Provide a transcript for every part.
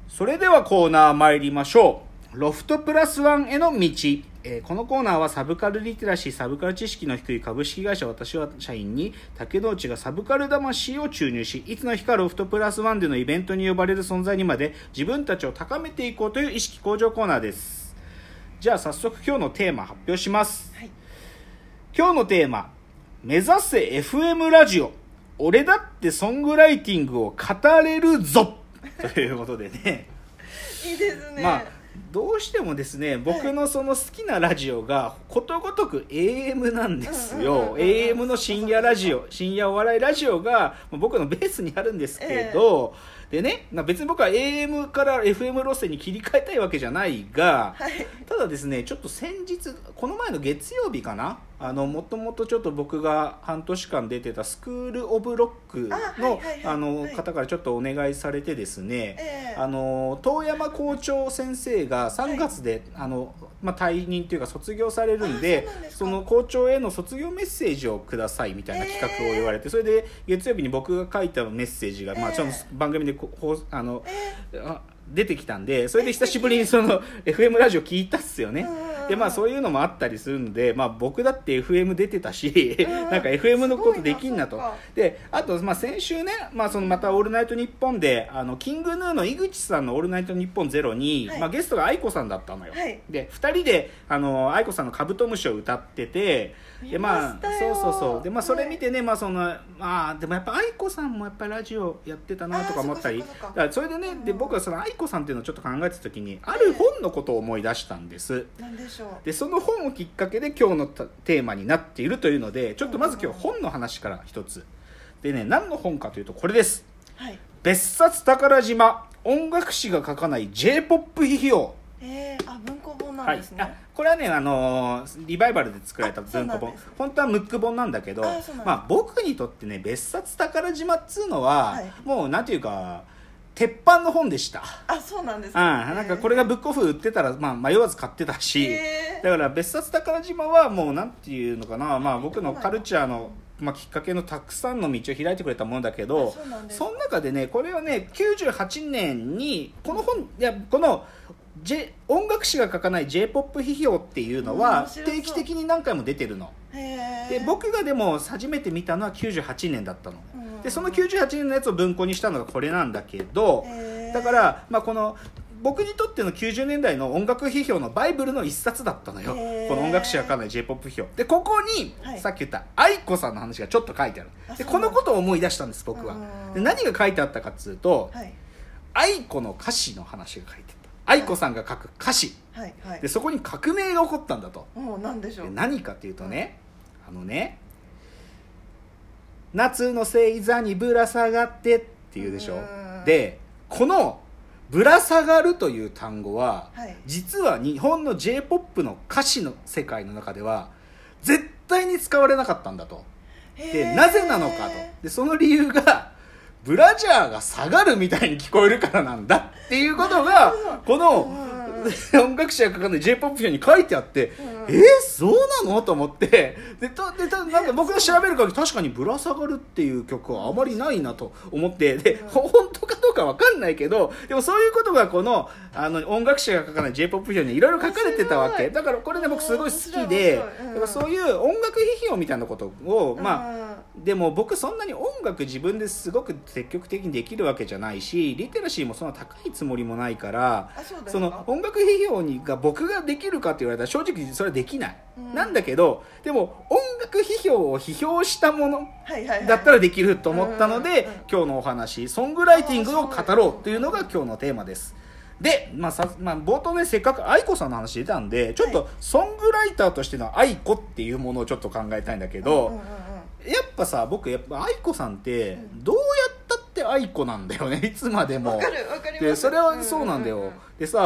それではコーナー参りましょう。ロフトプラスワンへの道。このコーナーはサブカルリテラシー、サブカル知識の低い株式会社私は社員に竹之内がサブカル魂を注入し、いつの日かロフトプラスワンでのイベントに呼ばれる存在にまで自分たちを高めていこうという意識向上コーナーです。じゃあ早速今日のテーマ発表します、はい、今日のテーマ、目指せ FM ラジオ、俺だってソングライティングを語れるぞということでねいいですね。 まあどうしてもですね、僕のその好きなラジオがことごとく AM なんですよ。AM の深夜ラジオ、深夜お笑いラジオが僕のベースにあるんですけど、でね、別に僕は AM から FM 路線に切り替えたいわけじゃないが、ただですね、ちょっと先日、この前の月曜日かな、もともとちょっと僕が半年間出てたスクールオブロックの方からちょっとお願いされてですね、遠山校長先生が3月で、退任というか卒業されるんで、その校長への卒業メッセージをくださいみたいな企画を言われて、それで月曜日に僕が書いたメッセージが、ちょっと番組で出てきたんで、それで久しぶりにその FM ラジオ聞いたっすよね。でそういうのもあったりするんで、僕だって FM 出てたし、なんか FM のことできんなと。であと先週ね、そのまたオールナイトニッポンでキングヌーの井口さんのオールナイトニッポンゼロに、ゲストが愛子さんだったのよ、で2人で愛子さんのカブトムシを歌ってて、でそうでそれ見てね、でもやっぱ愛子さんもやっぱりラジオやってたなとか思ったり、それでね、で僕はその愛子さんっていうのをちょっと考えてた時に、ある本のことを思い出したんです。 なんでしょう。 でその本をきっかけで今日のテーマになっているというので、ちょっとまず今日本の話から一つでね、何の本かというとこれです、別冊宝島、音楽誌が書かない J-POP 批評。 文庫本なんですね、 これはね、リバイバルで作られた文庫本、本当はムック本なんだけど、僕にとってね、別冊宝島っつうのは、もうなんていうか鉄板の本でした。 そうなんですか、なんかこれがブックオフ売ってたら、迷わず買ってたし、だから別冊宝島はもうなんていうのかな、僕のカルチャーのきっかけのたくさんの道を開いてくれたものだけど、その中でね、これはね、98年にこの本、この音楽誌が書かない J-POP 批評っていうのは定期的に何回も出てるので、僕がでも初めて見たのは98年だったの、でその98年のやつを文庫にしたのがこれなんだけど、だからこの僕にとっての90年代の音楽批評のバイブルの一冊だったのよ、この音楽誌が書かない J-POP 批評で、ここに、さっき言った愛子さんの話がちょっと書いてある。でこのことを思い出したんです僕は。で何が書いてあったかっつうと、愛子の歌詞の話が書いてあった。愛子さんが書く歌詞、でそこに革命が起こったんだと。 何でしょう。 で何かっていうとね、夏の星座にぶら下がってっていうでしょ。でこのぶら下がるという単語は、実は日本の J-POP の歌詞の世界の中では絶対に使われなかったんだと。でなぜなのかと。でその理由がブラジャーが下がるみたいに聞こえるからなんだっていうことがこの音楽誌が書かない J-POP 表に書いてあって、そうなのと思って、でなんか僕が調べる限り確かにぶら下がるっていう曲はあまりないなと思って、で本当かどうか分かんないけど、でもそういうことがこの音楽誌が書かない J-POP 表にいろいろ書かれてたわけだから、これね僕すごい好きで、だからそういう音楽批評みたいなことをでも僕そんなに音楽自分ですごく積極的にできるわけじゃないし、リテラシーもそんな高いつもりもないから、その音楽批評が僕ができるかって言われたら正直それはできない、なんだけど、でも音楽批評を批評したものだったらできると思ったので、今日のお話、ソングライティングを語ろうというのが今日のテーマです。で、冒頭ね、せっかく愛子さんの話出たんで、ちょっとソングライターとしての愛子っていうものをちょっと考えたいんだけど、やっぱさ、僕やっぱ愛子さんってどうやったって愛子なんだよね、いつまでも。 わかります。 でそれはそうなんだよ。でさ、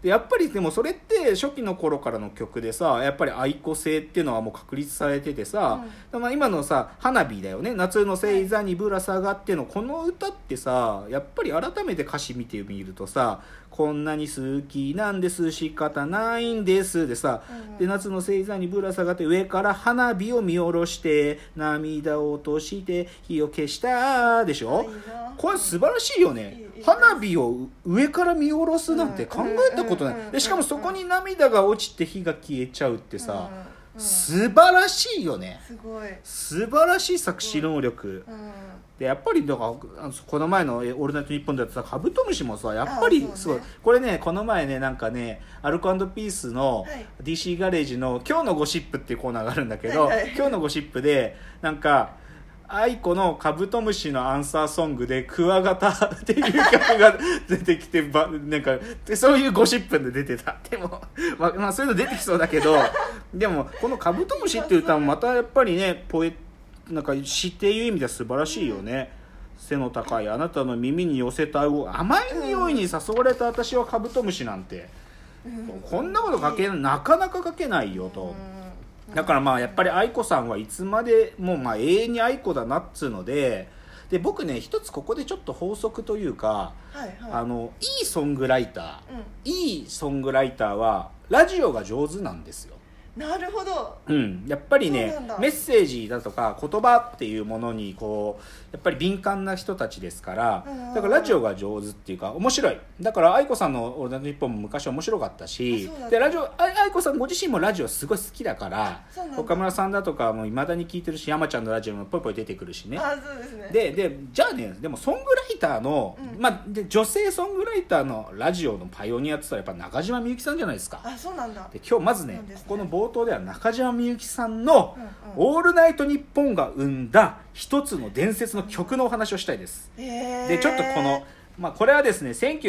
でやっぱりでもそれって初期の頃からの曲でさ、やっぱり愛子性っていうのはもう確立されててさ、まあ今のさ花火だよね、夏の星座にぶら下がってのこの歌ってさ、やっぱり改めて歌詞見てみるとさ、こんなに好きなんです仕方ないんですでさ、で夏の星座にぶら下がって上から花火を見下ろして涙を落として火を消したでしょ。これ素晴らしいよね。花火を上から見下ろすなんて考えたことない。でしかもそこに涙が落ちて火が消えちゃうってさ、素晴らしいよね。 すごい素晴らしい作詞能力で、やっぱりだからこの前の「オールナイトニッポン」でやってたカブトムシもさ、やっぱりすごい、これねこの前ねなんかねアルコ&ピースの DC ガレージの「今日のゴシップ」っていうコーナーがあるんだけど、今日のゴシップでなんか愛子のカブトムシのアンサーソングでクワガタっていう曲が出てきてなんかそういうゴシップで出てた。でもまあそういうの出てきそうだけど、でもこのカブトムシっていう歌もまたやっぱりねなんか詩っていう意味では素晴らしいよね。背の高いあなたの耳に寄せた甘い匂いに誘われた私はカブトムシなんて、こんなことなかなか書けないよと。だからまあやっぱり愛子さんはいつまでもまあ永遠に愛子だなっつうので、僕ね一つここでちょっと法則というか、いいソングライター、いいソングライターはラジオが上手なんですよ。 なるほど、 やっぱりねメッセージだとか言葉っていうものにこうやっぱり敏感な人たちですから、だからラジオが上手っていうか面白い。だから愛子さんの「オールナイトニッポン」も昔面白かったし、でラジオ愛子さんご自身もラジオすごい好きだから、岡村さんだとかもいまだに聞いてるし、山ちゃんのラジオもぽいぽい出てくるしね。 そうですね。 でじゃあね、でもソングライターの、で女性ソングライターのラジオのパイオニアって言ったらやっぱ中島みゆきさんじゃないですか。 そうなんだ。 で今日まずねここの冒頭では中島みゆきさんの「オールナイトニッポン」が生んだ一つの伝説の曲のお話をしたいです。でちょっとこのこれはですね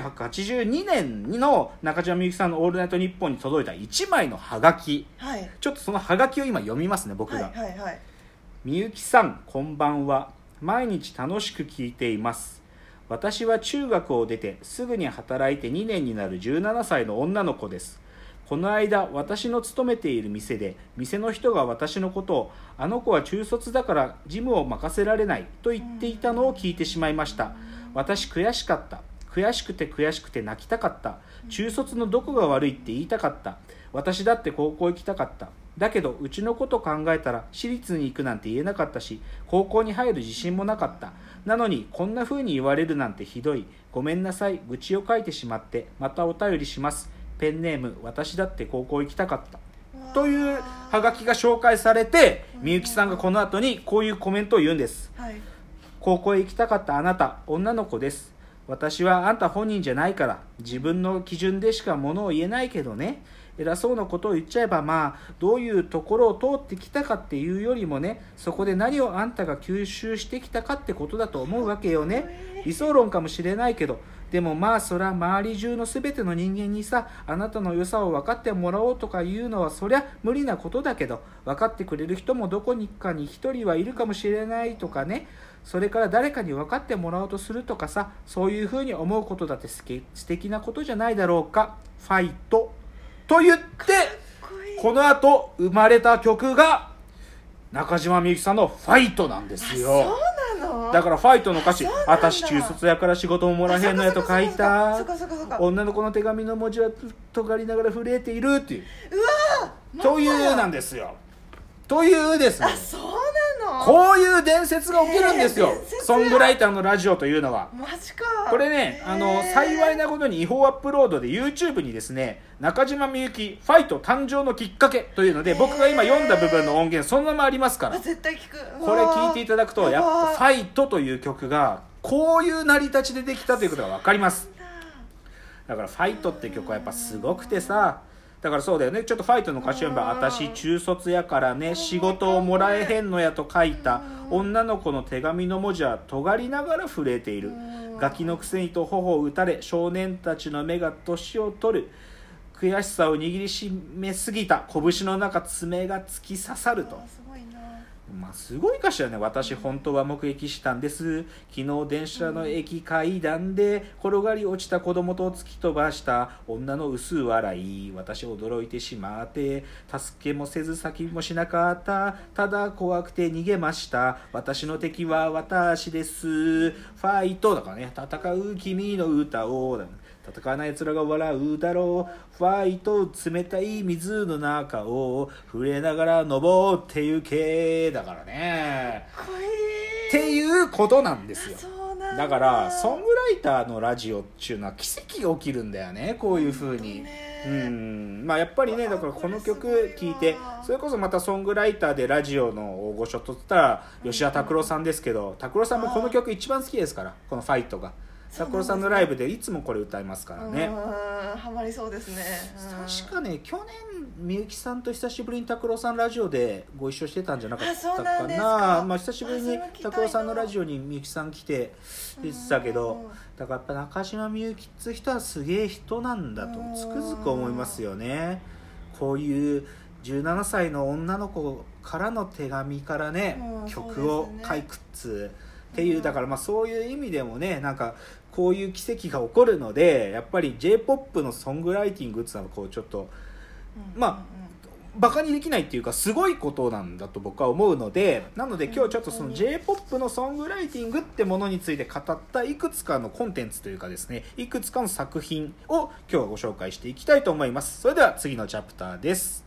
1982年の中島みゆきさんの「オールナイトニッポン」に届いた1枚のハガキ、ちょっとそのハガキを今読みますね僕が。みゆきさんこんばんは。毎日楽しく聞いています。私は中学を出てすぐに働いて2年になる17歳の女の子です。この間私の勤めている店で店の人が私のことをあの子は中卒だから事務を任せられないと言っていたのを聞いてしまいました。私悔しかった。悔しくて泣きたかった。中卒のどこが悪いって言いたかった。私だって高校行きたかった。だけどうちのこと考えたら私立に行くなんて言えなかったし、高校に入る自信もなかった。なのにこんな風に言われるなんてひどい。ごめんなさい。愚痴を書いてしまってまたお便りします。ペンネーム私だって高校行きたかったというハガキが紹介されて、みゆきさんがこの後にこういうコメントを言うんです。高校へ行きたかったあなた、女の子です。私はあんた本人じゃないから自分の基準でしかものを言えないけどね。偉そうなことを言っちゃえばどういうところを通ってきたかっていうよりもね、そこで何をあんたが吸収してきたかってことだと思うわけよね。理想論かもしれないけど、でもそりゃ周り中の全ての人間にさ、あなたの良さを分かってもらおうとかいうのはそりゃ無理なことだけど、分かってくれる人もどこにかに一人はいるかもしれないとかね。それから誰かに分かってもらおうとするとかさ、そういうふうに思うことだって素敵なことじゃないだろうか。ファイトと言ってこの後生まれた曲が中島みゆきさんのファイトなんですよ。 そうなの？ だからファイトの歌詞、私中卒やから仕事ももらへんのやと書いた。女の子の手紙の文字は尖りながら震えているっていう。というなんですよ。というですね。 そうなの？ こういう伝説が起きるんですよ。ソングライターのラジオというのは。 マジか。 これね、幸いなことに違法アップロードで YouTube にですね、中島みゆきファイト誕生のきっかけというので、僕が今読んだ部分の音源そのままありますから、 絶対聞く。 これ聞いていただくとやっぱファイトという曲がこういう成り立ちでできたということが分かります。だからファイトって曲はやっぱすごくてさ、だからそうだよね。ちょっとファイトの歌詞読めば、私中卒やからね仕事をもらえへんのやと書いた。女の子の手紙の文字は尖りながら震えている。ガキのくせにと頬を打たれ、少年たちの目が年を取る。悔しさを握りしめすぎた拳の中、爪が突き刺さると。 すごい歌詞だね。私本当は目撃したんです。昨日電車の駅階段で転がり落ちた子供と突き飛ばした女の薄笑い。私驚いてしまって助けもせず先もしなかった。ただ怖くて逃げました。私の敵は私です。ファイトだからね。戦う君の歌を戦わない奴らが笑うだろう。ファイト冷たい水の中を触れながら登ってゆけだからね。 かっこいいっていうことなんですよ。 そうなんだからソングライターのラジオっていうのは奇跡が起きるんだよね。こういう風に。まあやっぱりね、だからこの曲聴いて、それこそまたソングライターでラジオの大御所とったら吉田拓郎さんですけど、拓郎さんもこの曲一番好きですから、このファイトが。拓郎さんのライブでいつもこれ歌いますからね。 ハマりそうですね。 確かね、去年みゆきさんと久しぶりに拓郎さんラジオでご一緒してたんじゃなかったかな。まあ久しぶりに拓郎さんのラジオにみゆきさん来て出てたけど、だからやっぱ中島みゆきって人はすげえ人なんだとつくづく思いますよね。こういう17歳の女の子からの手紙からね、曲を書くっつっていう、だからまあそういう意味でもね、なんかこういう奇跡が起こるので、やっぱり J-POP のソングライティングっていうのはこうちょっとまあバカにできないっていうかすごいことなんだと僕は思うので、なので今日ちょっとその J-POP のソングライティングってものについて語ったいくつかのコンテンツというかですね、いくつかの作品を今日はご紹介していきたいと思います。それでは次のチャプターです。